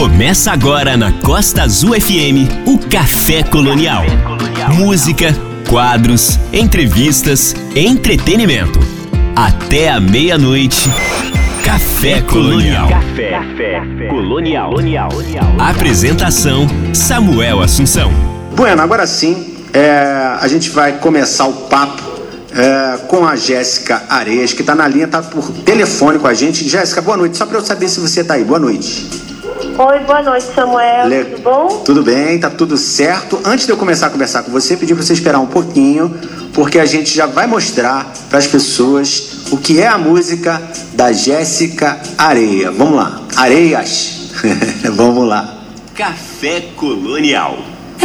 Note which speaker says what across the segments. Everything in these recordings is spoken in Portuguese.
Speaker 1: Começa agora na Costa Azul FM, o Café Colonial. Música, quadros, entrevistas, entretenimento. Até a meia-noite. Café Colonial. Café Colonial. Apresentação: Samuel Assunção.
Speaker 2: Bueno, agora sim, a gente vai começar o papo com a Jéssica Areias, que está na linha, está por telefone com a gente. Jéssica, boa noite. Só para eu saber se você está aí. Boa noite.
Speaker 3: Oi, boa noite, Samuel. Tudo bom?
Speaker 2: Tudo bem, tá tudo certo. Antes de eu começar a conversar com você, pedi para você esperar um pouquinho, porque a gente já vai mostrar para as pessoas o que é a música da Jéssica Areia. Vamos lá. Areias. Vamos lá.
Speaker 1: Café Colonial.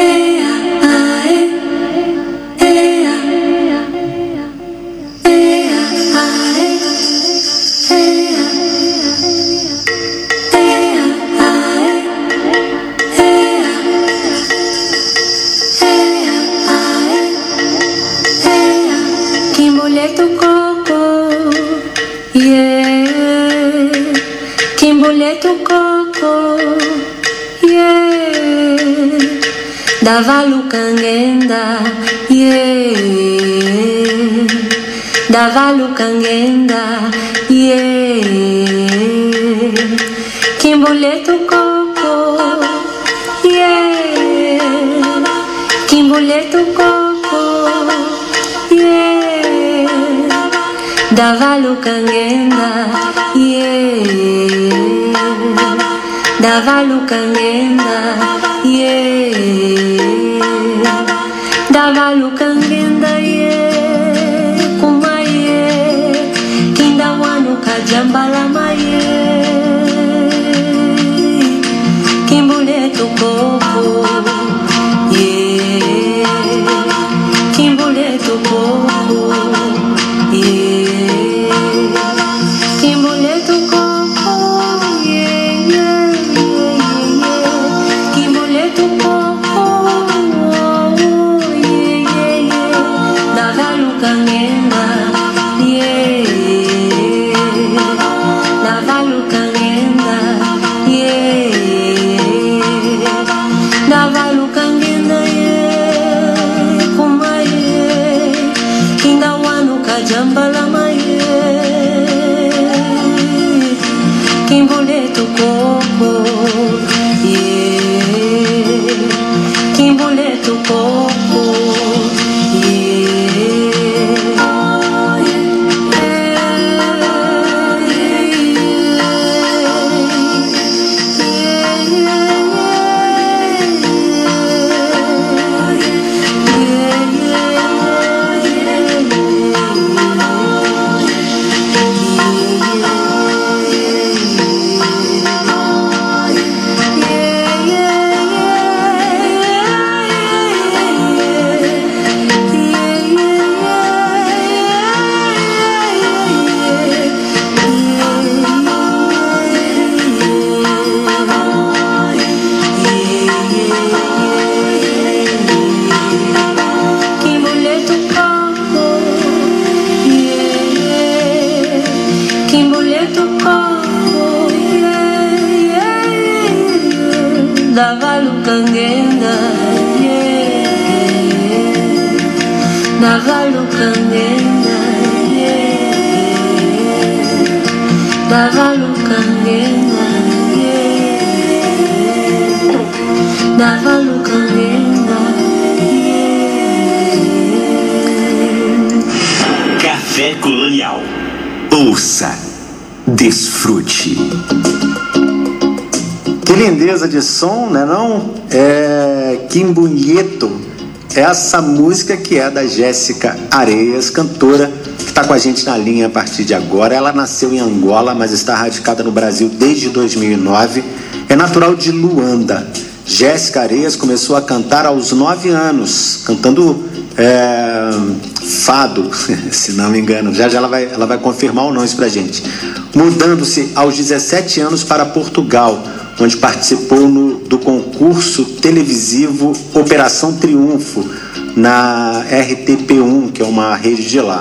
Speaker 4: Davalu Kangenda, yeah. Davalu Kangenda, yeah. Kimboleto coco, yeah. Kimboleto coco, yeah. Davalu Kangenda, yeah. Davalu Kangenda, yeah. Davalu Kangenda, yeah. Kumaye, Kindawanu Kajambala maye. Kimboleto coco, yeah. Kimboleto coco, yeah. Kimboleto coco, yeah, yeah, yeah. Kimboleto coco, yeah, yeah, yeah. Davalu Kangenda, yeah. Davalu Kangenda, yeah. Davalu Kangenda, yeah. Kumaye, Kindawanu Kajambala maye. Kimboleto coco, yeah. Kimboleto coco, yeah. Davalu Kangenda, yeah. Davalu Kangenda, yeah. Davalu Kangenda, yeah. Davalu Kangenda, yeah.
Speaker 1: Café Colonial. Ouça, desfrute.
Speaker 2: Que lindeza de som, né não? Kimboleto. Essa música que é da Jéssica Areias, cantora, que está com a gente na linha a partir de agora. Ela nasceu em Angola, mas está radicada no Brasil desde 2009. É natural de Luanda. Jéssica Areias começou a cantar aos 9 anos, cantando fado, se não me engano. Já ela vai confirmar ou não isso pra gente. Mudando-se aos 17 anos para Portugal, onde participou do concurso televisivo Operação Triunfo, na RTP1, que é uma rede de lá.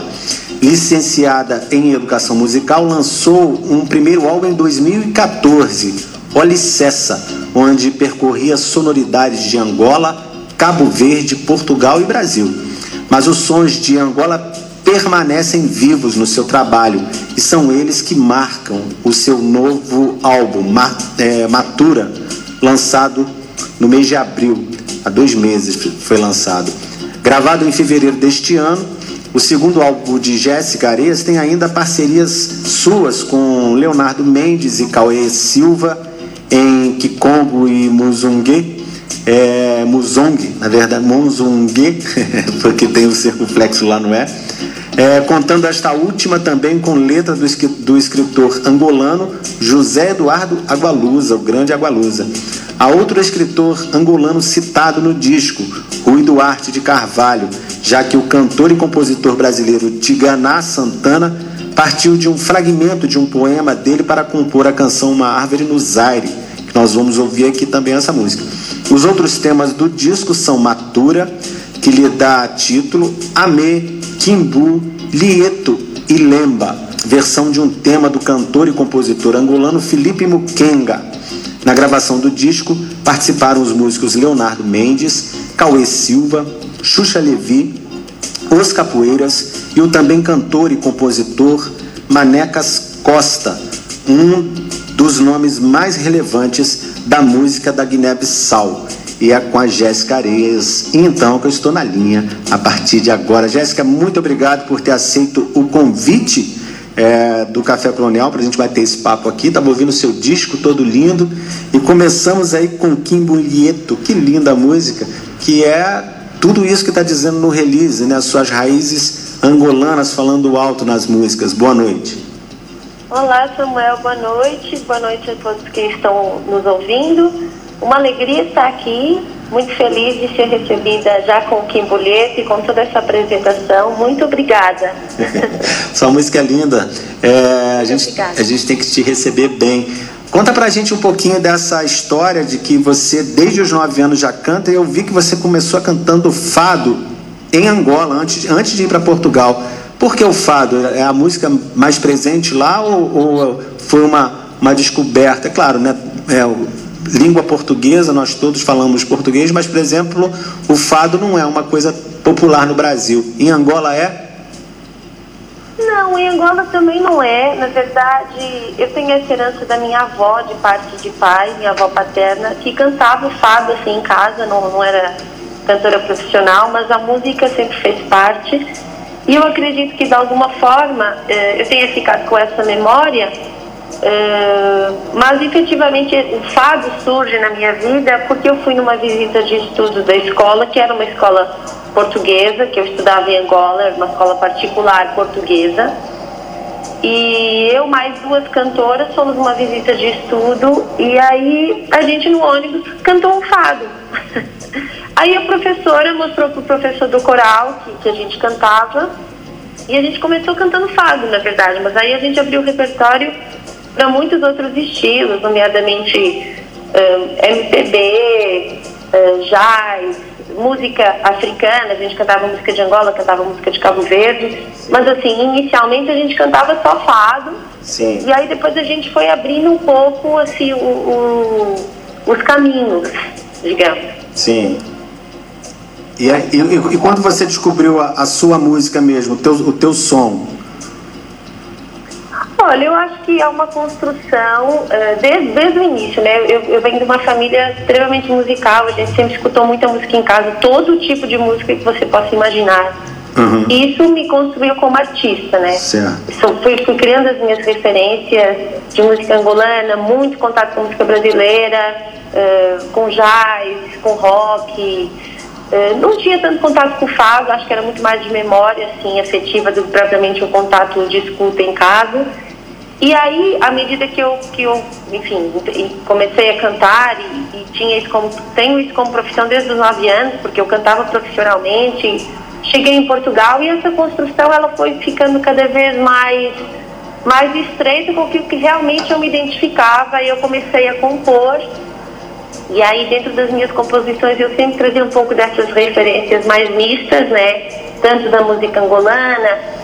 Speaker 2: Licenciada em Educação Musical, lançou um primeiro álbum em 2014, Olicessa, onde percorria sonoridades de Angola, Cabo Verde, Portugal e Brasil. Mas os sons de Angola permanecem vivos no seu trabalho e são eles que marcam o seu novo álbum, Matura, lançado no mês de abril, há 2 meses foi lançado. Gravado em fevereiro deste ano, o segundo álbum de Jéssica Areias tem ainda parcerias suas com Leonardo Mendes e Cauê Silva em Kikongo e Muzungue, na verdade, Muzungue, porque tem o circunflexo lá, não é? Contando esta última também com letra do escritor angolano José Eduardo Agualusa, o grande Agualusa. Há outro escritor angolano citado no disco, Rui Duarte de Carvalho, já que o cantor e compositor brasileiro Tiganá Santana partiu de um fragmento de um poema dele para compor a canção Uma Árvore no Zaire, que nós vamos ouvir aqui também essa música. Os outros temas do disco são Matura, que lhe dá título, Amê, Kimbu, Lieto e Lemba, versão de um tema do cantor e compositor angolano Felipe Mukenga. Na gravação do disco participaram os músicos Leonardo Mendes, Cauê Silva, Xuxa Levi, Os Capoeiras e o também cantor e compositor Manecas Costa, um dos nomes mais relevantes da música da Guiné-Bissau. E é com a Jéssica Areias, então, que eu estou na linha a partir de agora. Jéssica, muito obrigado por ter aceito o convite do Café Colonial para a gente bater esse papo aqui. Estava ouvindo o seu disco todo lindo e começamos aí com Kimbu Lieto, que linda música, que é tudo isso que está dizendo no release, né? As suas raízes angolanas falando alto nas músicas. Boa noite.
Speaker 3: Olá, Samuel, boa noite a todos que estão nos ouvindo. Uma alegria estar aqui, muito feliz de ser recebida já com o Kimbu Lieto e com toda essa apresentação. Muito obrigada.
Speaker 2: Sua música é linda. A gente tem que te receber bem. Conta pra gente um pouquinho dessa história de que você, desde os 9 anos, já canta. E eu vi que você começou cantando fado em Angola, antes de ir para Portugal. Por que o fado? É a música mais presente lá ou foi uma descoberta? É claro, né? Língua portuguesa, nós todos falamos português, mas, por exemplo, o fado não é uma coisa popular no Brasil. Em Angola é?
Speaker 3: Não, em Angola também não é. Na verdade, eu tenho essa herança da minha avó, de parte de pai, minha avó paterna, que cantava o fado assim em casa, não era cantora profissional, mas a música sempre fez parte. E eu acredito que, de alguma forma, eu tenha ficado com essa memória. Mas efetivamente o fado surge na minha vida porque eu fui numa visita de estudo da escola, que era uma escola portuguesa, que eu estudava em Angola, era uma escola particular portuguesa, e eu mais 2 cantoras fomos numa visita de estudo, e aí a gente no ônibus cantou um fado. Aí a professora mostrou pro professor do coral que a gente cantava, e a gente começou cantando fado, na verdade, mas aí a gente abriu o repertório para muitos outros estilos, nomeadamente MPB, jazz, música africana. A gente cantava música de Angola, cantava música de Cabo Verde, mas assim, inicialmente a gente cantava só fado.
Speaker 2: Sim.
Speaker 3: E aí depois a gente foi abrindo um pouco assim, os caminhos, digamos.
Speaker 2: Sim. E quando você descobriu a sua música mesmo, o teu som?
Speaker 3: Olha, eu acho que é uma construção desde o início, né? Eu venho de uma família extremamente musical, a gente sempre escutou muita música em casa, todo tipo de música que você possa imaginar.
Speaker 2: Uhum.
Speaker 3: Isso me construiu como artista, né?
Speaker 2: Certo.
Speaker 3: Fui criando as minhas referências de música angolana, muito contato com música brasileira, com jazz, com rock. Não tinha tanto contato com o fado, acho que era muito mais de memória, assim, afetiva do que propriamente um contato de escuta em casa. E aí, à medida que eu enfim, comecei a cantar e tenho isso como profissão desde os 9 anos, porque eu cantava profissionalmente, cheguei em Portugal e essa construção ela foi ficando cada vez mais estreita com o que realmente eu me identificava, e eu comecei a compor. E aí, dentro das minhas composições, eu sempre trazia um pouco dessas referências mais mistas, né? Tanto da música angolana,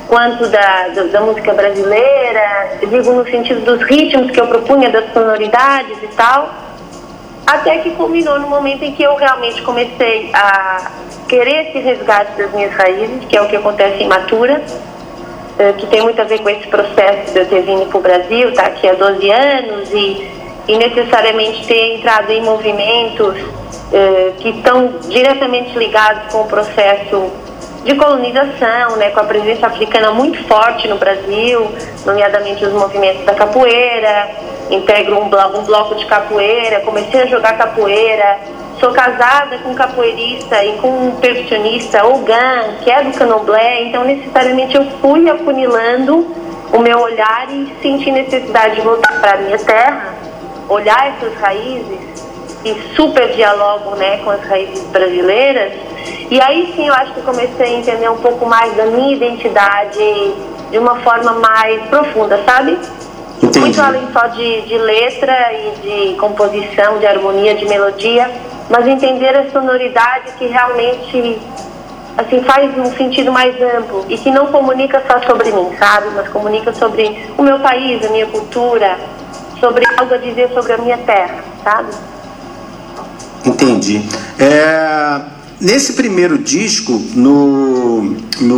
Speaker 3: quanto da música brasileira, digo no sentido dos ritmos que eu propunha, das sonoridades e tal, até que culminou no momento em que eu realmente comecei a querer esse resgate das minhas raízes, que é o que acontece em Matura, que tem muito a ver com esse processo de eu ter vindo para o Brasil, tá aqui há 12 anos e necessariamente ter entrado em movimentos que estão diretamente ligados com o processo de colonização, né, com a presença africana muito forte no Brasil, nomeadamente os movimentos da capoeira. Integro um bloco de capoeira, comecei a jogar capoeira, sou casada com um capoeirista e com um percussionista, Ogan, que é do candomblé, então necessariamente eu fui afunilando o meu olhar e senti necessidade de voltar para a minha terra, olhar essas raízes e super dialogo, né, com as raízes brasileiras. E aí sim eu acho que comecei a entender um pouco mais da minha identidade de uma forma mais profunda, sabe?
Speaker 2: Entendi.
Speaker 3: Muito além só de letra e de composição, de harmonia, de melodia, mas entender a sonoridade que realmente assim, faz um sentido mais amplo e que não comunica só sobre mim, sabe? Mas comunica sobre o meu país, a minha cultura, sobre algo a dizer sobre a minha terra, sabe?
Speaker 2: Entendi. Nesse primeiro disco, no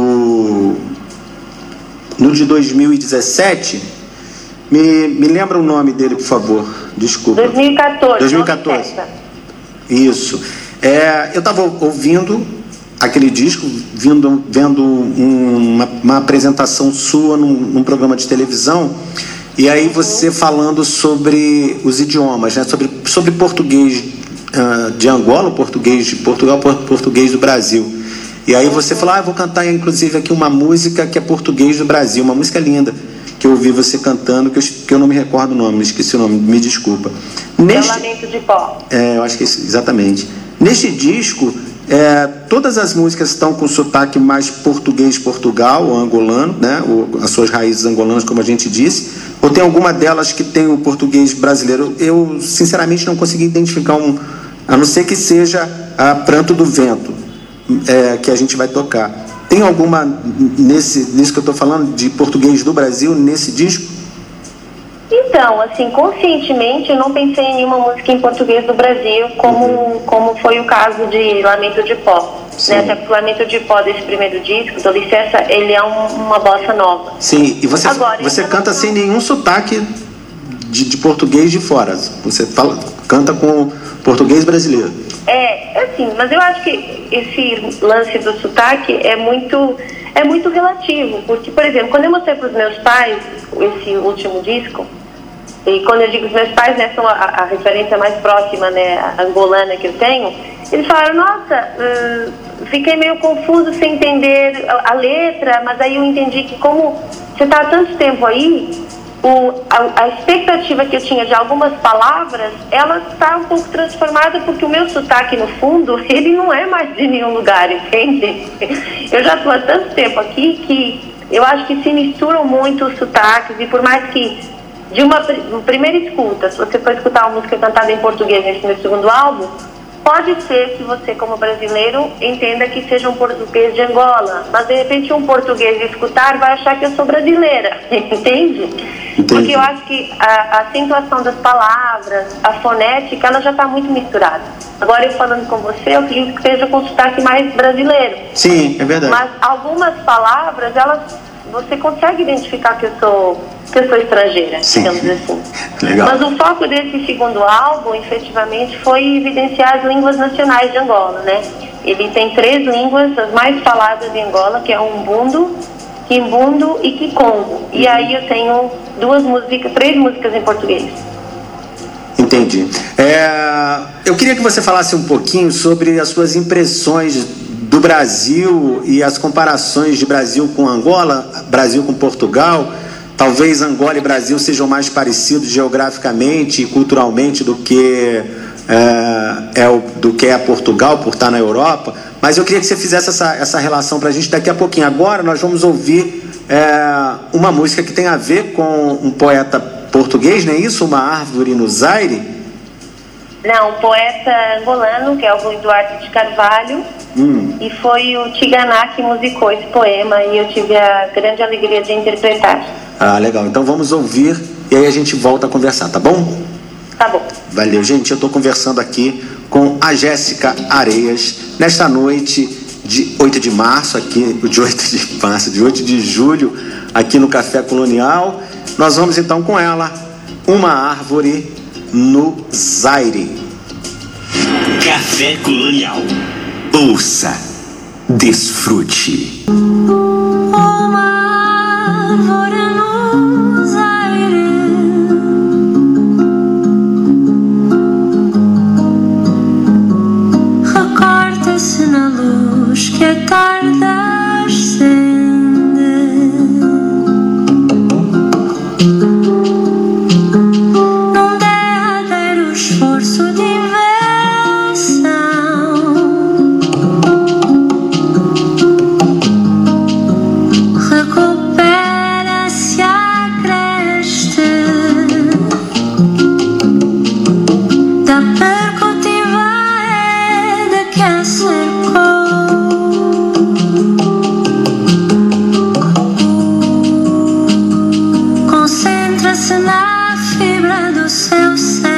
Speaker 2: de 2017, me lembra o nome dele, por favor. Desculpa.
Speaker 3: 2014.
Speaker 2: 2014. Isso. Eu estava ouvindo aquele disco, vendo uma apresentação sua num programa de televisão, e aí você falando sobre os idiomas, né? sobre português de Angola, português de Portugal, português do Brasil. E aí você falou, vou cantar inclusive aqui uma música que é português do Brasil, uma música linda, que eu ouvi você cantando, que eu não me recordo o nome, esqueci o nome, me desculpa.
Speaker 3: Lamento de Pó.
Speaker 2: Eu acho que exatamente. Neste disco, todas as músicas estão com sotaque mais português Portugal, ou angolano, né? As suas raízes angolanas, como a gente disse, ou tem alguma delas que tem o português brasileiro? Eu sinceramente não consegui identificar a não ser que seja a Pranto do Vento, que a gente vai tocar. Tem alguma nisso que eu estou falando de português do Brasil nesse disco?
Speaker 3: Então, assim, conscientemente eu não pensei em nenhuma música em português do Brasil, como foi o caso de Lamento de Pó. Né? Até porque o Lamento de Pó desse primeiro disco, do Licença, ele é uma bossa nova.
Speaker 2: Sim, e você canta sem nenhum sotaque de português de fora. Você canta com português brasileiro.
Speaker 3: Assim, mas eu acho que esse lance do sotaque é muito relativo, porque, por exemplo, quando eu mostrei para os meus pais esse último disco, e quando eu digo os meus pais, né, são a referência mais próxima, né, a angolana que eu tenho, eles falaram, nossa, fiquei meio confuso sem entender a letra, mas aí eu entendi que como você está há tanto tempo aí, a expectativa que eu tinha de algumas palavras, ela está um pouco transformada, porque o meu sotaque, no fundo, ele não é mais de nenhum lugar, entende? Eu já estou há tanto tempo aqui que eu acho que se misturam muito os sotaques, e por mais que de uma primeira escuta, se você for escutar uma música cantada em português nesse meu segundo álbum, pode ser que você, como brasileiro, entenda que seja um português de Angola, mas de repente um português escutar vai achar que eu sou brasileira, entende? Porque eu acho que a acentuação das palavras, a fonética, ela já está muito misturada. Agora eu falando com você, eu acredito que seja com sotaque mais brasileiro.
Speaker 2: Sim, é verdade.
Speaker 3: Mas algumas palavras, você consegue identificar que eu sou estrangeira, digamos assim.
Speaker 2: Legal.
Speaker 3: Mas o foco desse segundo álbum, efetivamente, foi evidenciar as línguas nacionais de Angola, né? Ele tem 3 línguas, as mais faladas em Angola, que é o Umbundo, Quimbundo e Kikongo. E aí eu tenho 3 músicas em português.
Speaker 2: Entendi. Eu queria que você falasse um pouquinho sobre as suas impressões do Brasil e as comparações de Brasil com Angola, Brasil com Portugal. Talvez Angola e Brasil sejam mais parecidos geograficamente e culturalmente do que é Portugal, por estar na Europa. Mas eu queria que você fizesse essa relação para a gente daqui a pouquinho. Agora nós vamos ouvir uma música que tem a ver com um poeta português, não é isso? Uma Árvore no Zaire.
Speaker 3: Não, um poeta angolano, que é o Rui Duarte de Carvalho, e foi o Tiganá que musicou esse poema e eu tive a grande alegria de interpretar.
Speaker 2: Ah, legal. Então vamos ouvir e aí a gente volta a conversar, tá bom?
Speaker 3: Tá bom.
Speaker 2: Valeu, gente. Eu estou conversando aqui com a Jéssica Areias nesta noite de 8 de março, aqui, de 8 de julho, aqui no Café Colonial. Nós vamos então com ela, Uma Árvore no Zaire.
Speaker 1: Café Colonial. Ouça, desfrute.
Speaker 4: Uma árvore no Zaire, recorta-se na luz que a tarde acende. Num derradeiro esforço de invenção, recupera-se a creste da percutiva rede que a cercou. Concentra-se na fibra do seu cerne.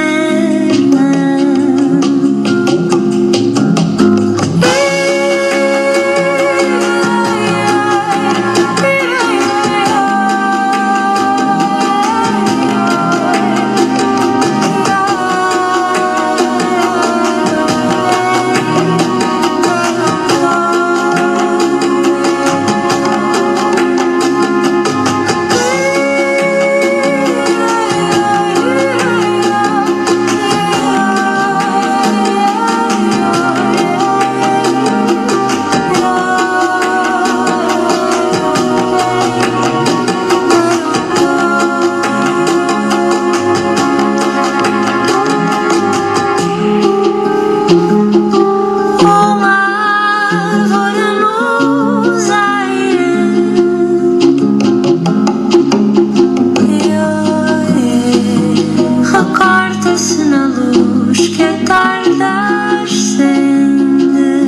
Speaker 4: Recorta-se na luz que a tarde acende.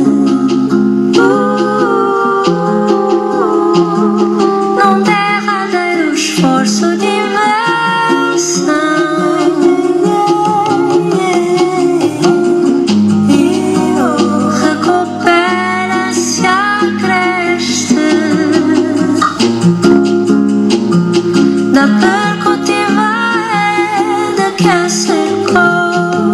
Speaker 4: Num derradeiro esforço de invenção, recupera-se a creste da percutiva rede que a cercou.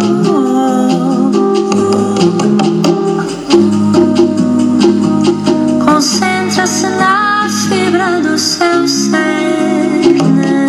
Speaker 4: Concentra-se na fibra do seu cerne.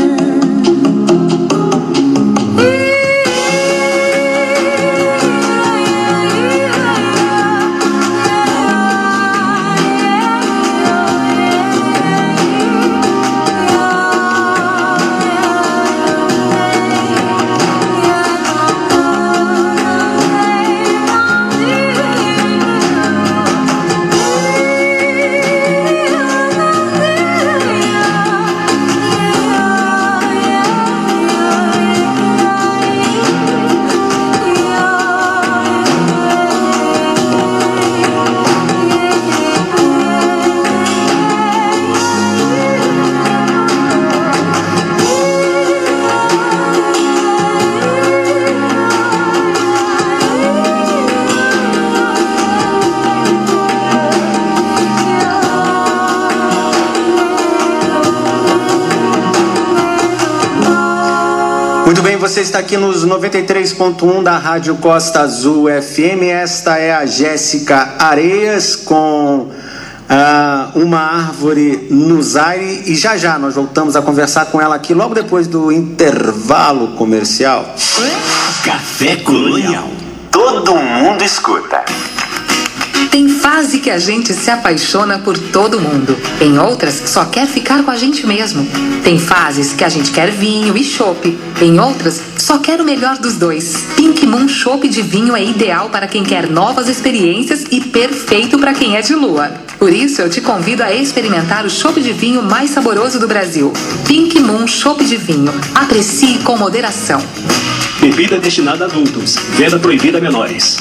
Speaker 2: Muito bem, você está aqui nos 93.1 da Rádio Costa Azul FM. Esta é a Jéssica Areias com Uma Árvore no Zaire. E já nós voltamos a conversar com ela aqui logo depois do intervalo comercial.
Speaker 1: Café Colonial. Todo mundo escuta.
Speaker 5: Tem fase que a gente se apaixona por todo mundo. Tem outras que só quer ficar com a gente mesmo. Tem fases que a gente quer vinho e chopp. Em outras, só quer o melhor dos dois. Pink Moon Chopp de vinho é ideal para quem quer novas experiências e perfeito para quem é de lua. Por isso, eu te convido a experimentar o chopp de vinho mais saboroso do Brasil. Pink Moon Chopp de vinho. Aprecie com moderação.
Speaker 6: Bebida destinada a adultos. Venda proibida a menores.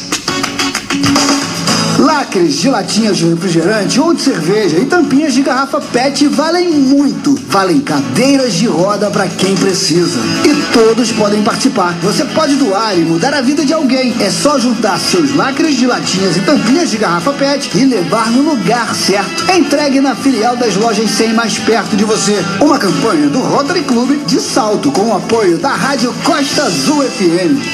Speaker 7: Lacres de latinhas de refrigerante ou de cerveja e tampinhas de garrafa PET valem muito. Valem cadeiras de roda para quem precisa. E todos podem participar. Você pode doar e mudar a vida de alguém. É só juntar seus lacres de latinhas e tampinhas de garrafa PET e levar no lugar certo. Entregue na filial das lojas 100 mais perto de você. Uma campanha do Rotary Club de Salto com o apoio da Rádio Costa Azul FM.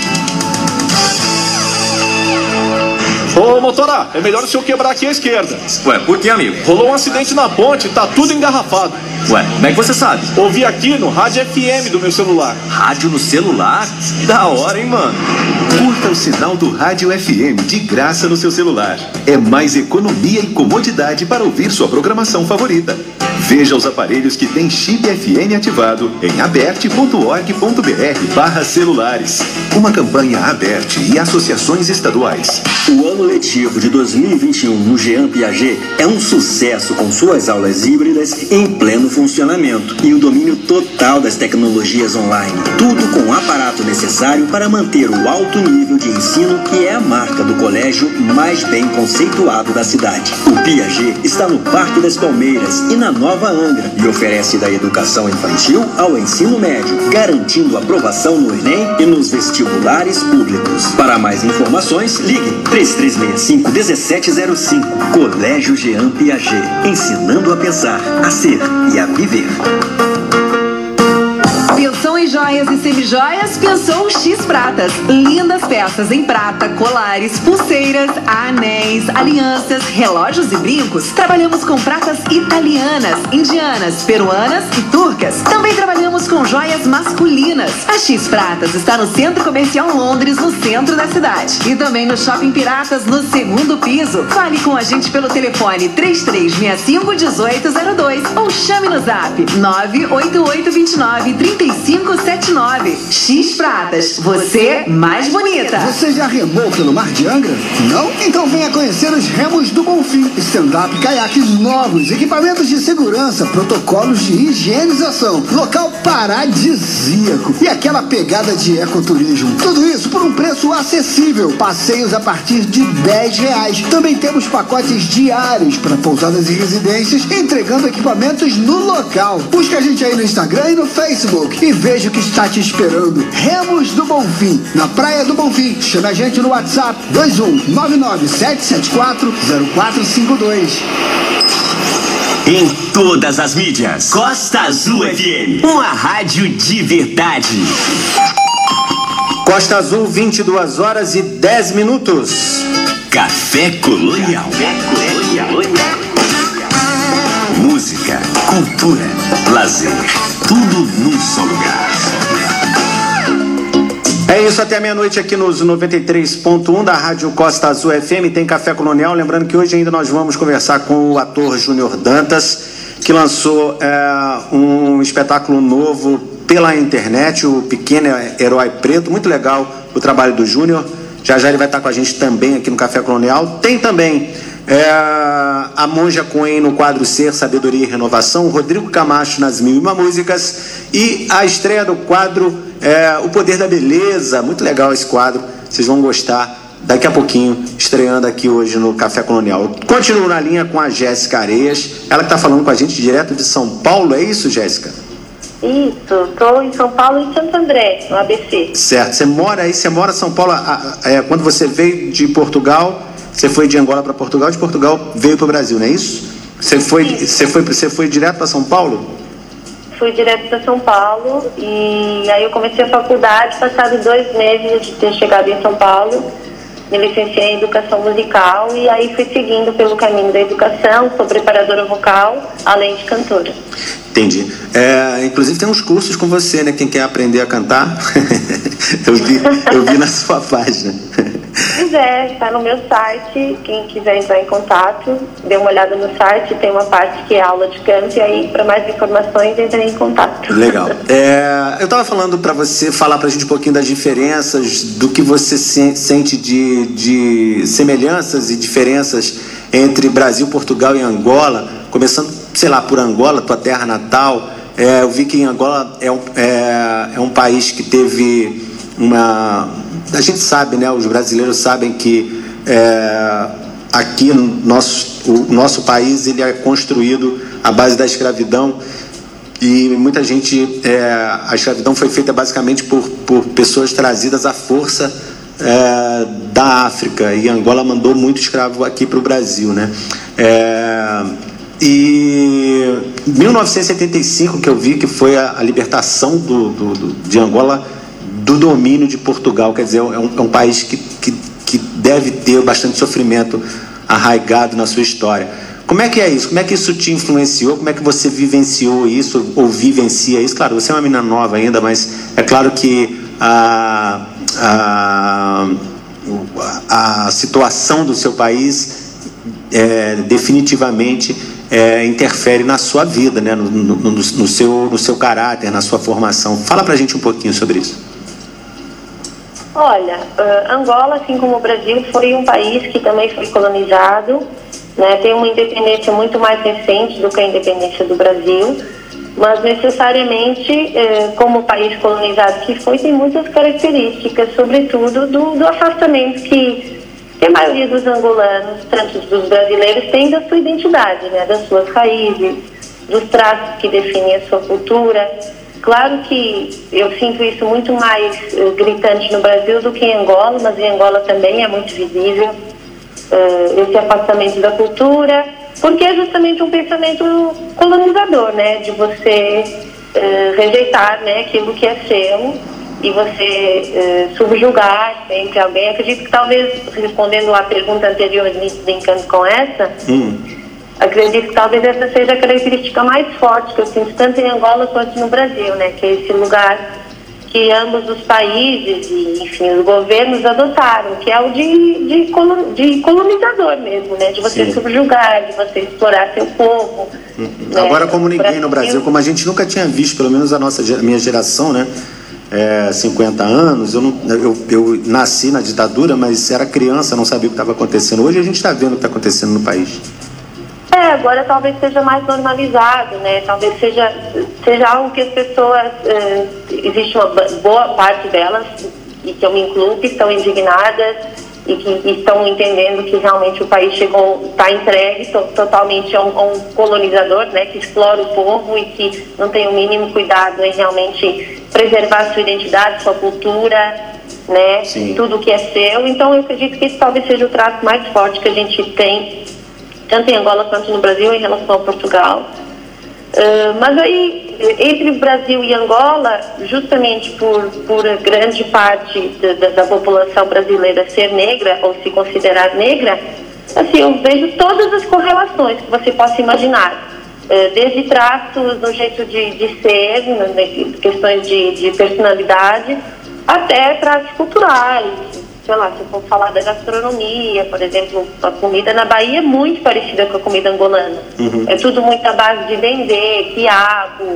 Speaker 8: Ô, motora, é melhor o senhor quebrar aqui à esquerda.
Speaker 9: Ué, por que, amigo?
Speaker 8: Rolou um acidente na ponte, tá tudo engarrafado.
Speaker 9: Ué, como é que você sabe?
Speaker 8: Ouvi aqui no rádio FM do meu celular.
Speaker 9: Rádio no celular? Da hora, hein, mano?
Speaker 10: Curta o sinal do Rádio FM de graça no seu celular. É mais economia e comodidade para ouvir sua programação favorita. Veja os aparelhos que têm chip FM ativado em aberte.org.br/celulares. Uma campanha Aberte e associações estaduais.
Speaker 11: O ano letivo de 2021 no Jean Piaget é um sucesso com suas aulas híbridas em pleno funcionamento e o domínio total das tecnologias online. Tudo com o aparato necessário para manter o alto nível de ensino que é a marca do colégio mais bem conceituado da cidade. O Piaget está no Parque das Palmeiras e na Nova Angra e oferece da educação infantil ao ensino médio, garantindo aprovação no Enem e nos vestibulares públicos. Para mais informações, ligue 3365-1705. Colégio Jean Piaget, ensinando a pensar, a ser e a viver.
Speaker 12: Pensou em joias e semijoias? Pensou X Pratas. Lindas peças em prata, colares, pulseiras, anéis, alianças, relógios e brincos. Trabalhamos com pratas italianas, indianas, peruanas e turcas. Também trabalhamos com joias masculinas. A X Pratas está no Centro Comercial Londres, no centro da cidade. E também no Shopping Piratas, no segundo piso. Fale com a gente pelo telefone 3365-1802 ou chame no zap 98829-3579. X Pratas, você mais bonita.
Speaker 7: Você já remou pelo Mar de Angra? Não? Então venha conhecer os Remos do Bonfim. Stand-up, caiaques novos, equipamentos de segurança, protocolos de higienização, local paradisíaco e aquela pegada de ecoturismo. Tudo isso por um preço acessível. Passeios a partir de R$10. Também temos pacotes diários para pousadas e residências, entregando equipamentos no local. Busca a gente aí no Instagram e no Facebook e veja o que está te esperando. Remos do Bonfim, na Praia do Bonfim. Chama a gente no WhatsApp 21997740452.
Speaker 1: Em todas as mídias, Costa Azul FM, uma rádio de verdade.
Speaker 2: Costa Azul, 22 horas e 10 minutos.
Speaker 1: Café Colonial. Música, cultura, lazer, tudo num só lugar.
Speaker 2: É isso, até meia-noite aqui nos 93.1 da Rádio Costa Azul FM, tem Café Colonial. Lembrando que hoje ainda nós vamos conversar com o ator Júnior Dantas, que lançou um espetáculo novo pela internet, o Pequeno Herói Preto. Muito legal o trabalho do Júnior. Já já ele vai estar com a gente também aqui no Café Colonial. Tem também a Monja Coen no quadro Ser, Sabedoria e Renovação, o Rodrigo Camacho nas 1001 Músicas e a estreia do quadro O Poder da Beleza. Muito legal esse quadro, vocês vão gostar. Daqui a pouquinho, estreando aqui hoje no Café Colonial. Continuo na linha com a Jéssica Areias, ela que está falando com a gente direto de São Paulo. É isso, Jéssica?
Speaker 3: Isso, estou em São Paulo e Santo André, no ABC.
Speaker 2: Certo, você mora em São Paulo. Quando você veio de Portugal, você foi de Angola para Portugal, de Portugal veio para o Brasil, não é isso? Você foi direto para São Paulo?
Speaker 3: Fui direto para São Paulo e aí eu comecei a faculdade, passados 2 meses de ter chegado em São Paulo, me licenciei em Educação Musical e aí fui seguindo pelo caminho da educação, sou preparadora vocal, além de cantora.
Speaker 2: Entendi. Inclusive tem uns cursos com você, né? Quem quer aprender a cantar, eu vi na sua página.
Speaker 3: Pois é, está no meu site, quem quiser entrar em contato, dê uma olhada no site, tem uma parte que é aula de canto e aí para mais informações entre em contato.
Speaker 2: Legal. Eu estava falando para você falar para a gente um pouquinho das diferenças, do que você sente de semelhanças e diferenças entre Brasil, Portugal e Angola, começando, sei lá, por Angola, tua terra natal. Eu vi que em Angola é um país que teve A gente sabe, né? Os brasileiros sabem que aqui o nosso país ele é construído à base da escravidão, e muita gente, a escravidão foi feita basicamente por pessoas trazidas à força da África, e Angola mandou muito escravo aqui para o Brasil, né? E 1975 que eu vi que foi a libertação de Angola do domínio de Portugal. Quer dizer, é um país que deve ter bastante sofrimento arraigado na sua história. Como é que é isso? Como é que isso te influenciou? Como é que você vivenciou isso ou vivencia isso? Claro, você é uma menina nova ainda, mas é claro que a situação do seu país definitivamente interfere na sua vida, né? no seu caráter, na sua formação. Fala pra gente um pouquinho sobre isso.
Speaker 3: Olha, Angola, assim como o Brasil, foi um país que também foi colonizado, né? Tem uma independência muito mais recente do que a independência do Brasil, mas necessariamente, como país colonizado que foi, tem muitas características, sobretudo do afastamento que a maioria dos angolanos, tanto dos brasileiros, tem da sua identidade, né? Das suas raízes, dos traços que definem a sua cultura. Claro que eu sinto isso muito mais gritante no Brasil do que em Angola, mas em Angola também é muito visível esse afastamento da cultura, porque é justamente um pensamento colonizador, né? De você rejeitar, né, aquilo que é seu e você subjugar sempre alguém. Acredito que talvez, respondendo à pergunta anterior, brincando com essa, acredito que talvez essa seja a característica mais forte que eu sinto tanto em Angola quanto no Brasil, né? Que é esse lugar que ambos os países e, enfim, os governos adotaram, que é o de colonizador mesmo, né? De você subjugar, de você explorar seu povo. Né?
Speaker 2: Agora, como ninguém no Brasil, como a gente nunca tinha visto, pelo menos a minha geração, né? 50 anos, eu nasci na ditadura, mas era criança, não sabia o que estava acontecendo. Hoje a gente está vendo o que está acontecendo no país.
Speaker 3: Agora talvez seja mais normalizado, né? Talvez seja algo que as pessoas, existe uma boa parte delas, e que eu me incluo, que estão indignadas e que estão entendendo que realmente o país está entregue totalmente a um colonizador, né? Que explora o povo e que não tem o mínimo cuidado em realmente preservar sua identidade, sua cultura, né? Sim. Tudo que é seu. Então eu acredito que esse talvez seja o traço mais forte que a gente tem, tanto em Angola quanto no Brasil, em relação a Portugal. Mas aí, entre o Brasil e Angola, justamente por grande parte da população brasileira ser negra, ou se considerar negra, assim, eu vejo todas as correlações que você possa imaginar. Desde traços no jeito de ser, questões de personalidade, até traços culturais. Sei lá, se eu for falar da gastronomia, por exemplo, a comida na Bahia é muito parecida com a comida angolana. É tudo muito à base de dendê, quiabo,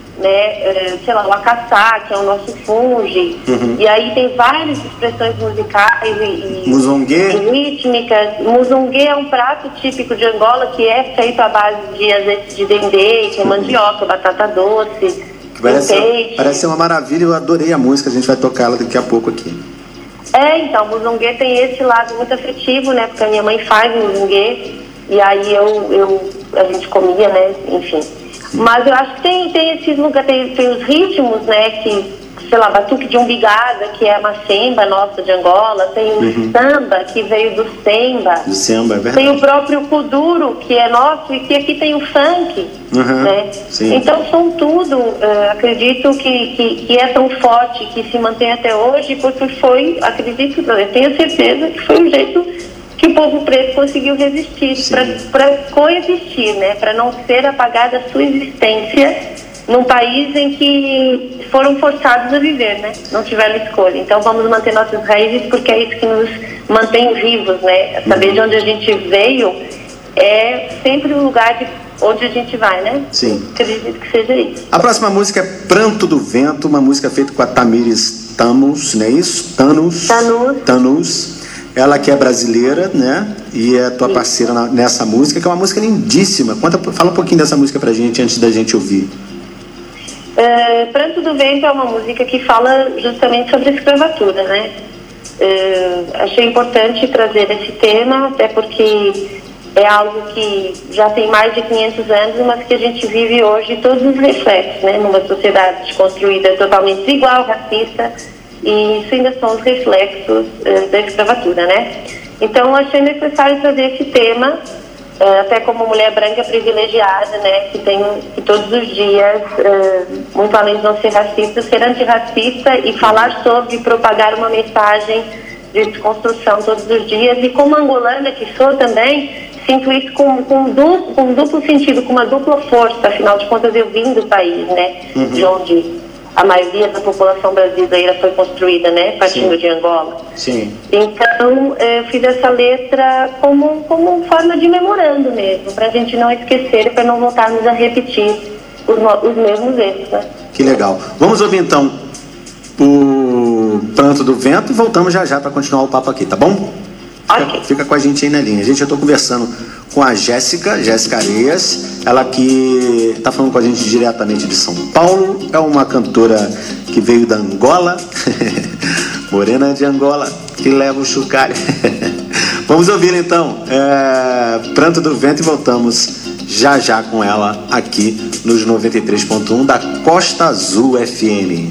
Speaker 3: né? Sei lá, o acaçá, que é o nosso funge. E aí tem várias expressões musicais e rítmicas. Muzungue é um prato típico de Angola que é feito à base de azeite de dendê, que é mandioca, batata doce, peixe.
Speaker 2: Parece ser uma maravilha, eu adorei a música, a gente vai tocar ela daqui a pouco aqui.
Speaker 3: Então, o muzungue tem esse lado muito afetivo, né? Porque a minha mãe faz muzungue e aí a gente comia, né? Enfim. Mas eu acho que tem esses lugares, tem os ritmos, né? Que, sei lá, batuque de umbigada, que é a macemba nossa de Angola. Tem o samba, que veio do semba.
Speaker 2: Do semba, é verdade.
Speaker 3: Tem o próprio kuduro, que é nosso, e que aqui tem o funk, né?
Speaker 2: Sim.
Speaker 3: Então são tudo, acredito que é tão forte, que se mantém até hoje, porque foi, acredito, eu tenho certeza que foi o jeito que o povo preto conseguiu resistir, para coexistir, né? Para não ser apagada a sua existência num país em que foram forçados a viver, né? Não tiveram escolha. Então vamos manter nossas raízes, porque é isso que nos mantém vivos, né? Saber de onde a gente veio é sempre o lugar de onde a gente vai, né?
Speaker 2: Sim.
Speaker 3: Acredito que seja isso.
Speaker 2: A próxima música é Pranto do Vento, uma música feita com a Tamires Tamus, não é isso? Tanus. Ela que é brasileira, né? E é tua parceira nessa música, que é uma música lindíssima. Fala um pouquinho dessa música pra gente antes da gente ouvir.
Speaker 3: Pranto do Vento é uma música que fala justamente sobre a escravatura, né? Achei importante trazer esse tema, até porque é algo que já tem mais de 500 anos, mas que a gente vive hoje todos os reflexos, né? Numa sociedade construída totalmente desigual, racista, e isso ainda são os reflexos da escravatura, né? Então, achei necessário trazer esse tema, até como mulher branca privilegiada, né? Que todos os dias, muito além de não ser racista, ser antirracista e falar sobre, propagar uma mensagem de desconstrução todos os dias. E como angolana que sou também, sinto isso com duplo sentido, com uma dupla força. Afinal de contas, eu vim do país, né? De onde a maioria da população brasileira foi construída, né? Partindo de Angola.
Speaker 2: Sim.
Speaker 3: Então, eu fiz essa letra como forma de memorando mesmo, para a gente não esquecer, para não voltarmos a repetir os mesmos erros, né?
Speaker 2: Que legal. Vamos ouvir então o Pranto do Vento e voltamos já para continuar o papo aqui, tá bom?
Speaker 3: Okay.
Speaker 2: Fica com a gente aí na linha. Gente, eu estou conversando com a Jéssica Areias, ela que está falando com a gente diretamente de São Paulo, é uma cantora que veio da Angola, morena de Angola, que leva o chocalho. Vamos ouvir então Pranto do Vento e voltamos já com ela aqui nos 93.1 da Costa Azul FM.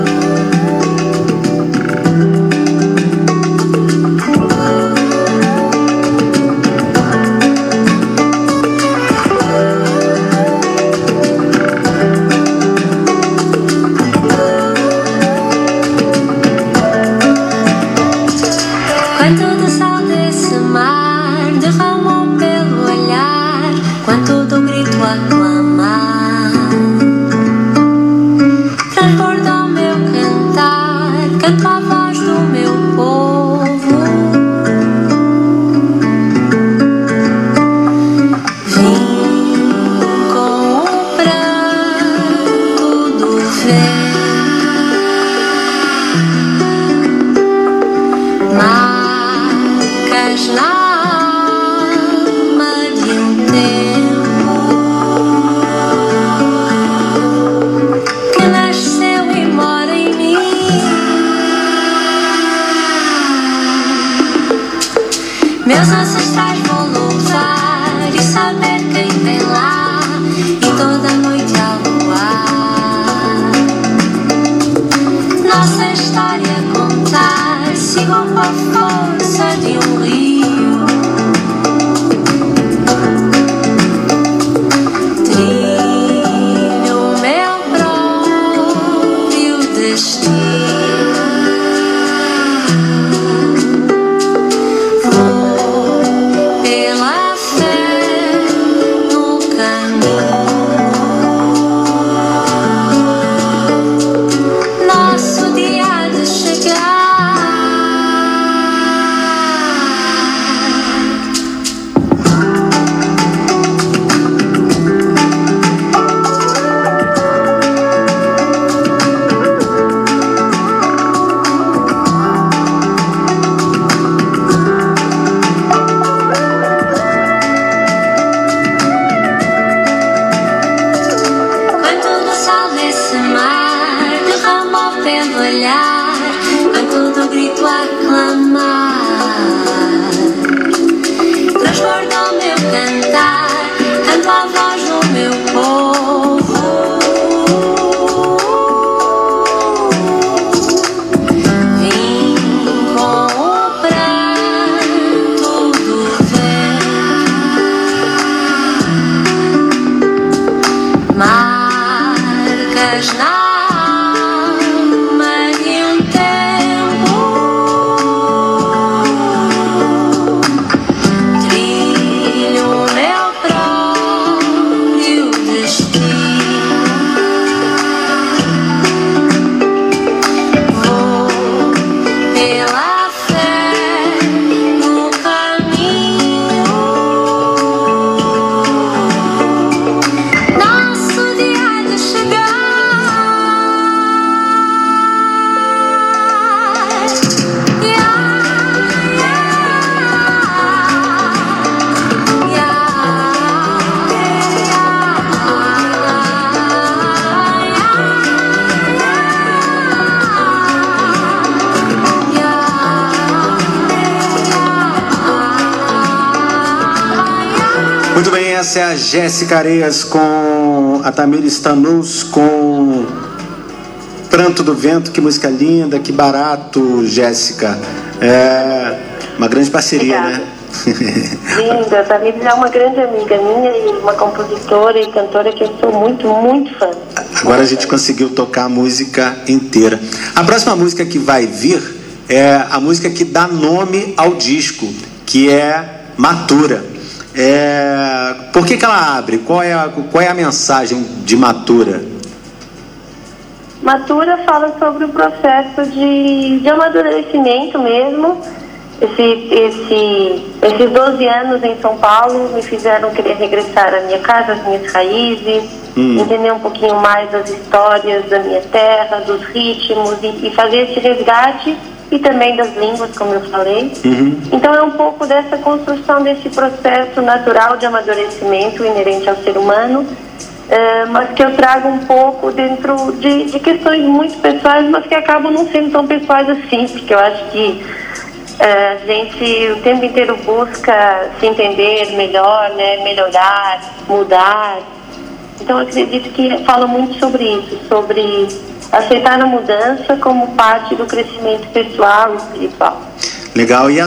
Speaker 4: Meus ancestrais vão louvar e saber quem vem lá, e toda noite a luar nossa história contar. Sigam com a força de um rio, trilho o meu próprio destino.
Speaker 2: Muito bem, essa é a Jéssica Areias com a Tamira Stanus com Pranto do Vento. Que música linda, que barato, Jéssica. É uma grande parceria,
Speaker 3: Obrigada.
Speaker 2: né?
Speaker 3: Linda, a Tamira é uma grande amiga minha e uma compositora e cantora que eu sou muito, muito fã.
Speaker 2: Agora a gente conseguiu tocar a música inteira. A próxima música que vai vir é a música que dá nome ao disco, que é Matura. Por que ela abre? Qual é a mensagem de Matura?
Speaker 3: Matura fala sobre o processo de amadurecimento mesmo. Esses 12 anos em São Paulo me fizeram querer regressar à minha casa, às minhas raízes, entender um pouquinho mais das histórias da minha terra, dos ritmos e fazer esse resgate e também das línguas, como eu falei. Então é um pouco dessa construção desse processo natural de amadurecimento inerente ao ser humano, mas que eu trago um pouco dentro de questões muito pessoais, mas que acabam não sendo tão pessoais assim, porque eu acho que a gente o tempo inteiro busca se entender melhor, né, melhorar, mudar. Então eu acredito que fala muito sobre isso, sobre aceitar a mudança como parte do crescimento pessoal e espiritual.
Speaker 2: Legal. E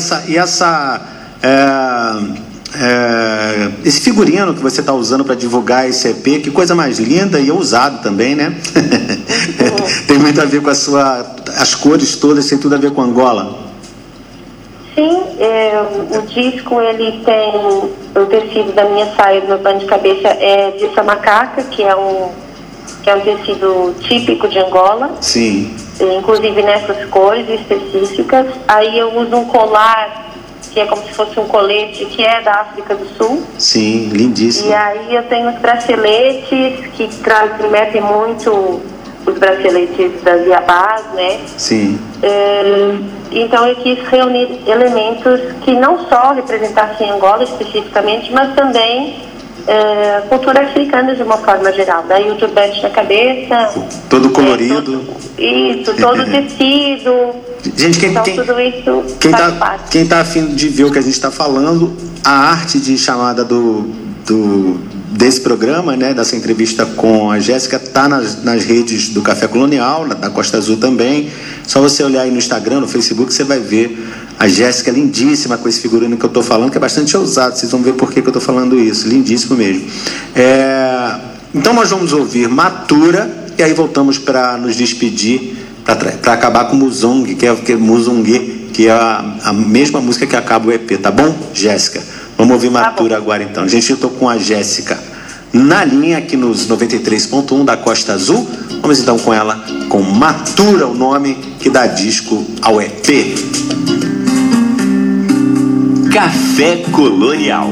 Speaker 2: esse figurino que você está usando para divulgar esse EP, que coisa mais linda e ousado também, né? Tem muito a ver com as cores todas, tem tudo a ver com Angola.
Speaker 3: Sim, o disco ele tem o tecido da minha saia, do meu pano de cabeça é de samacaca, que é um tecido típico de Angola.
Speaker 2: Sim.
Speaker 3: Inclusive nessas cores específicas. Aí eu uso um colar, que é como se fosse um colete, que é da África do Sul.
Speaker 2: Sim, lindíssimo.
Speaker 3: E aí eu tenho os braceletes, que remetem muito os braceletes das Iabás, né?
Speaker 2: Sim.
Speaker 3: Então eu quis reunir elementos que não só representassem Angola especificamente, mas também cultura africana de uma forma geral. Daí o turbante na cabeça.
Speaker 2: Todo colorido.
Speaker 3: Todo tecido.
Speaker 2: Gente,
Speaker 3: tudo isso
Speaker 2: quem está afim de ver o que a gente está falando, a arte de chamada desse programa, né, dessa entrevista com a Jéssica, está nas redes do Café Colonial, da Costa Azul também. Só você olhar aí no Instagram, no Facebook, você vai ver a Jéssica lindíssima com esse figurino que eu estou falando, que é bastante ousado. Vocês vão ver por que eu estou falando isso. Lindíssimo mesmo. Então nós vamos ouvir Matura e aí voltamos para nos despedir, para acabar com Muzongue, que é Muzongue, que é a mesma música que acaba o EP, tá bom, Jéssica? Vamos ouvir Matura agora então. Gente, eu estou com a Jéssica na linha aqui nos 93.1 da Costa Azul. Vamos então com ela, com Matura, o nome que dá disco ao EP.
Speaker 1: Café Colonial.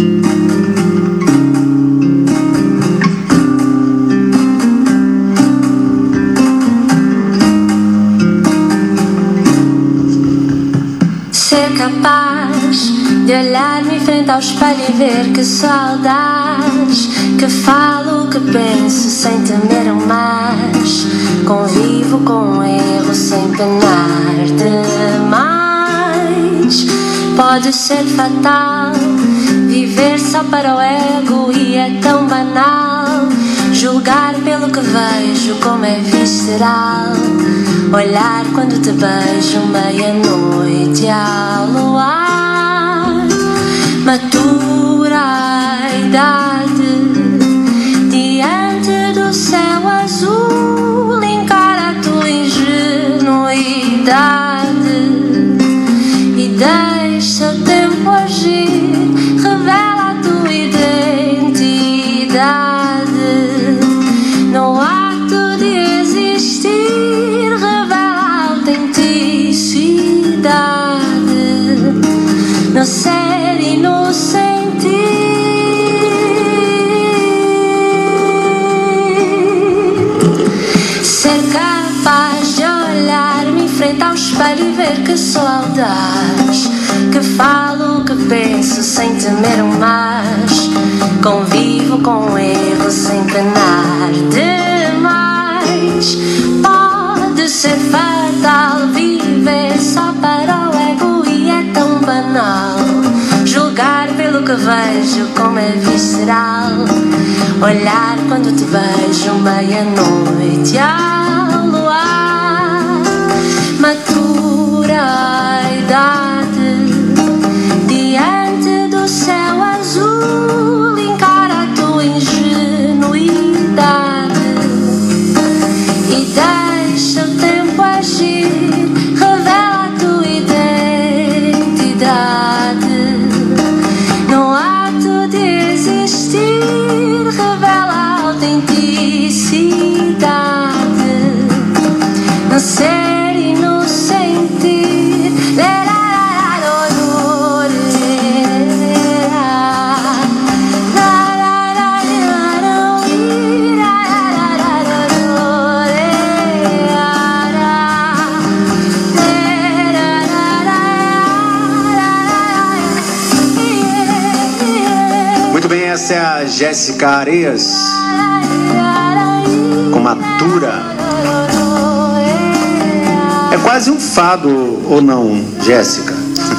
Speaker 4: Ser capaz de olhar-me em frente ao espelho e ver que saudades, que falo, que penso sem temer o mais, convivo com o erro sem penar demais. Pode ser fatal viver só para o ego e é tão banal julgar pelo que vejo como é visceral, olhar quando te beijo meia-noite ao luar. Matura a idade diante do céu azul, encara a tua ingenuidade e deixa o tempo agir, revela a tua identidade. No ato de existir, revela a autenticidade. No ser e no sentir, ser capaz de olhar-me em frente ao espelho e ver que sou audaz, que falo, que penso sem temer o mais, convivo com o erro sem penar demais. Pode ser fatal viver só para o ego e é tão banal julgar pelo o que vejo como é visceral. Olhar quando te beijo meia-noite ao luar. Matura a idade diante do céu azul. Encara a tua ingenuidade e deixa o tempo agir. Revela a tua identidade no ato de existir. Revela a autenticidade no ser e no sentir.
Speaker 2: Muito bem, essa é a Jéssica Areias com Matura. É quase um fado, ou não, Jéssica?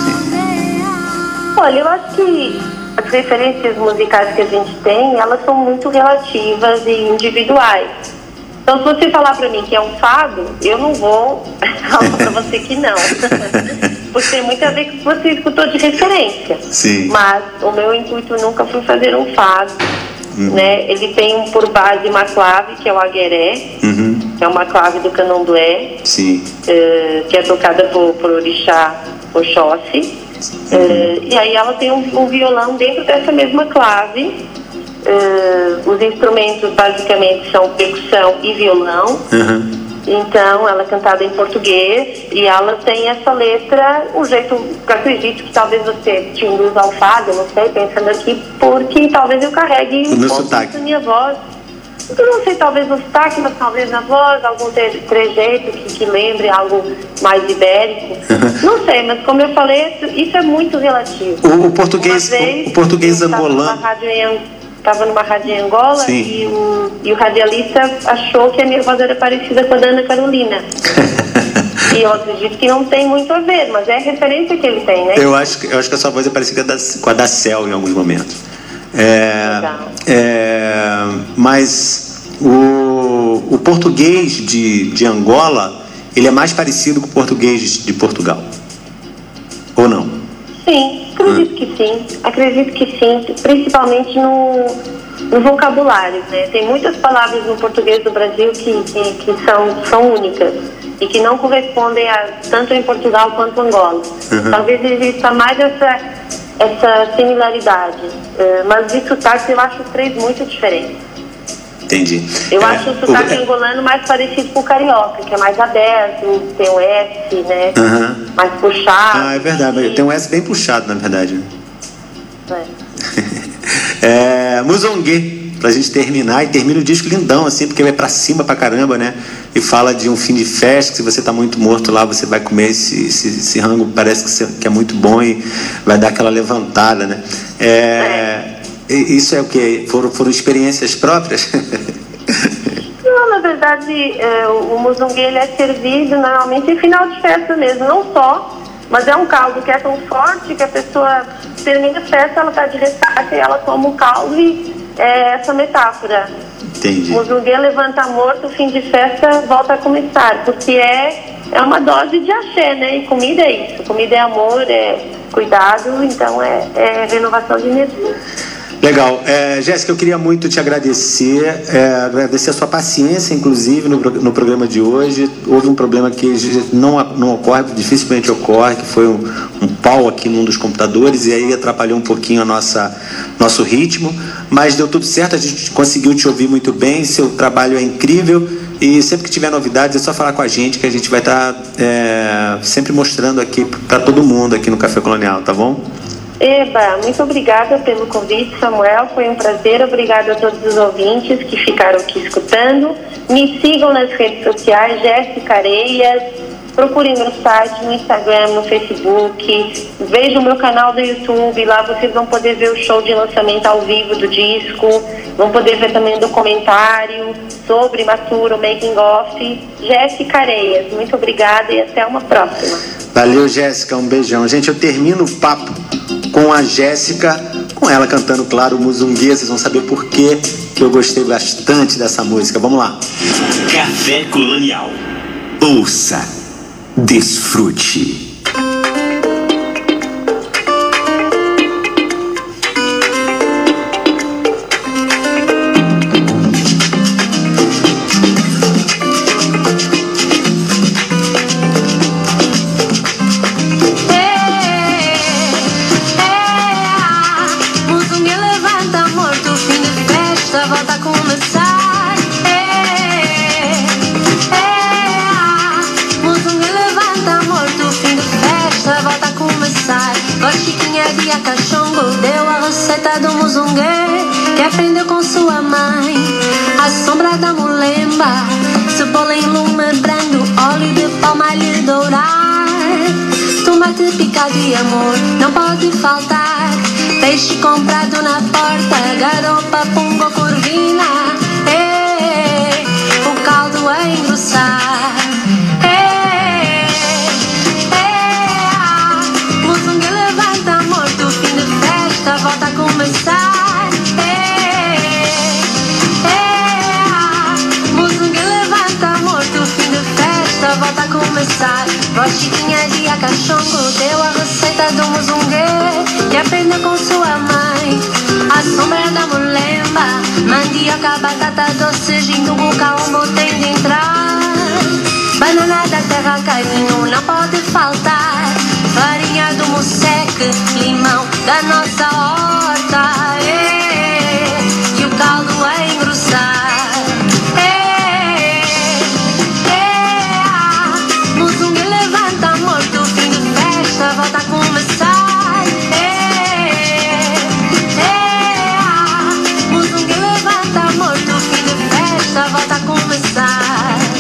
Speaker 3: Olha, eu acho que as referências musicais que a gente tem, elas são muito relativas e individuais. Então, se você falar pra mim que é um fado, eu não vou falar pra você que não. Porque tem muito a ver com o que você escutou de referência.
Speaker 2: Sim.
Speaker 3: Mas o meu intuito nunca foi fazer um fado. Né? Ele tem por base uma clave, que é o agueré, que é uma clave do candomblé,
Speaker 2: Sim.
Speaker 3: Que é tocada por orixá Oxóssi. E aí ela tem um violão dentro dessa mesma clave. Os instrumentos basicamente são percussão e violão. Então ela é cantada em português e ela tem essa letra, um jeito que eu acredito que talvez você te induza ao fado, não sei, pensando aqui, porque talvez eu carregue um pouco da minha voz. Eu não sei, talvez no sotaque, mas talvez na voz, algum trejeito que lembre algo mais ibérico. Não sei, mas como eu falei, isso é muito relativo.
Speaker 2: O português angolano.
Speaker 3: Estava numa rádio em Angola e o radialista achou que a minha voz era parecida com a da Ana Carolina. E eu acredito que não tem muito a ver, mas é a referência que ele tem, né?
Speaker 2: Eu acho que a sua voz é parecida com a da Cel em alguns momentos. Mas o português de Angola, ele é mais parecido com o português de Portugal, ou não?
Speaker 3: Sim, acredito que sim, principalmente no vocabulário, né? Tem muitas palavras no português do Brasil que são únicas e que não correspondem tanto em Portugal quanto em Angola. Talvez exista mais essa similaridade, mas de sotaque eu acho os três muito diferentes.
Speaker 2: Entendi.
Speaker 3: Eu acho o sotaque angolano mais parecido com o carioca, que é mais aberto, tem o S, né? Mais puxado.
Speaker 2: Ah, é verdade. Tem um S bem puxado, na verdade. Muzongue, pra gente terminar, e termina o disco lindão, assim, porque vai pra cima pra caramba, né? E fala de um fim de festa, que se você tá muito morto lá, você vai comer esse rango, parece que é muito bom e vai dar aquela levantada, né? Isso é o quê? Foram experiências próprias?
Speaker 3: Não, na verdade, o muzungue ele é servido normalmente em final de festa mesmo, não só, mas é um caldo que é tão forte que a pessoa termina a festa, ela tá de ressaca e ela toma um caldo e é essa metáfora.
Speaker 2: Entendi.
Speaker 3: O muzungue levanta morto, o fim de festa volta a começar, porque é uma dose de axé, né? E comida é isso, comida é amor, é cuidado, então é renovação de energia.
Speaker 2: Legal. Jéssica, eu queria muito te agradecer a sua paciência, inclusive, no programa de hoje. Houve um problema que não ocorre, dificilmente ocorre, que foi um pau aqui num dos computadores, e aí atrapalhou um pouquinho nosso ritmo, mas deu tudo certo, a gente conseguiu te ouvir muito bem, seu trabalho é incrível, e sempre que tiver novidades é só falar com a gente, que a gente vai estar sempre mostrando aqui para todo mundo aqui no Café Colonial, tá bom?
Speaker 3: Eba, muito obrigada pelo convite, Samuel, foi um prazer, obrigada a todos os ouvintes que ficaram aqui escutando. Me sigam nas redes sociais, Jéssica Areias, procurem meu site no Instagram, no Facebook, vejam o meu canal do YouTube, lá vocês vão poder ver o show de lançamento ao vivo do disco, vão poder ver também um documentário sobre Matura, o making of. Jéssica Areias, muito obrigada e até uma próxima.
Speaker 2: Valeu, Jéssica, um beijão. Gente, eu termino o papo com a Jéssica com ela cantando, claro, Muzungue. Vocês vão saber por quê que eu gostei bastante dessa música. Vamos lá.
Speaker 1: Café Colonial. Ouça, desfrute.
Speaker 4: Dia Cachongo deu a receita do muzungue que aprendeu com sua mãe. A sombra da mulemba, cebola em lume brando, óleo de palma-lhe dourar. Tomate picado e amor não pode faltar. Peixe comprado na porta, garopa, pungo, corvina. O caldo a engrossar. Volta a começar. Muzungue levanta morto, fim de festa, volta a começar. Vó Chiquinha de Acachongo deu a receita do muzungue que aprendeu com sua mãe. A sombra da mulemba, mandioca, batata doce, jindungu, caombo tem de entrar. Banana da terra, carinho não pode faltar. Farinha do museque, limão da nossa horta, e o caldo a engrossar. Muzungue levanta morto, fim de festa, volta a começar. Muzungue levanta morto, fim de festa, volta a começar.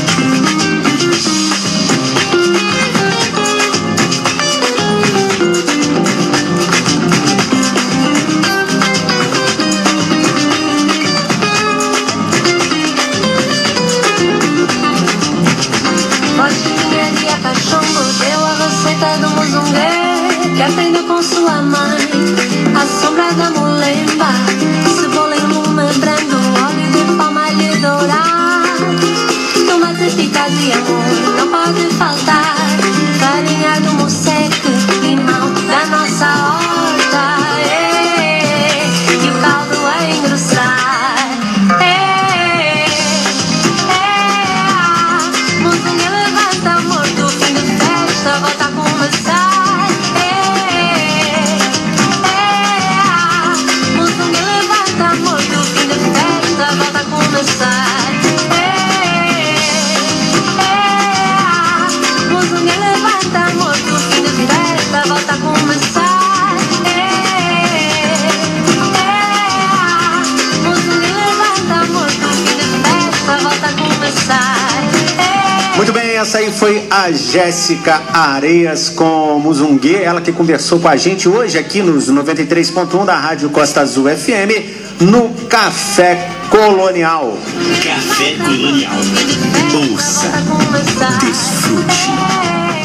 Speaker 4: Cachongo deu a receita do muzungue que aprendeu com sua mãe. A sombra da mulemba, cebola em lume brando, óleo de palma-lhe dourar. Tomate picado e amor não pode faltar. Farinha do museque, limão da nossa horta, e o caldo a engrossar. Volta a começar. Muzungue levanta morto, fim de festa, volta a começar. Muzungue levanta morto, fim de festa, volta a começar. Muzungue levanta morto, fim de festa, volta a começar.
Speaker 2: Muito bem, essa aí foi a Jéssica Areias com Muzungue, ela que conversou com a gente hoje aqui nos 93.1 da Rádio Costa Azul FM, no Café Colonial.
Speaker 1: Café Colonial. Ouça, desfrute.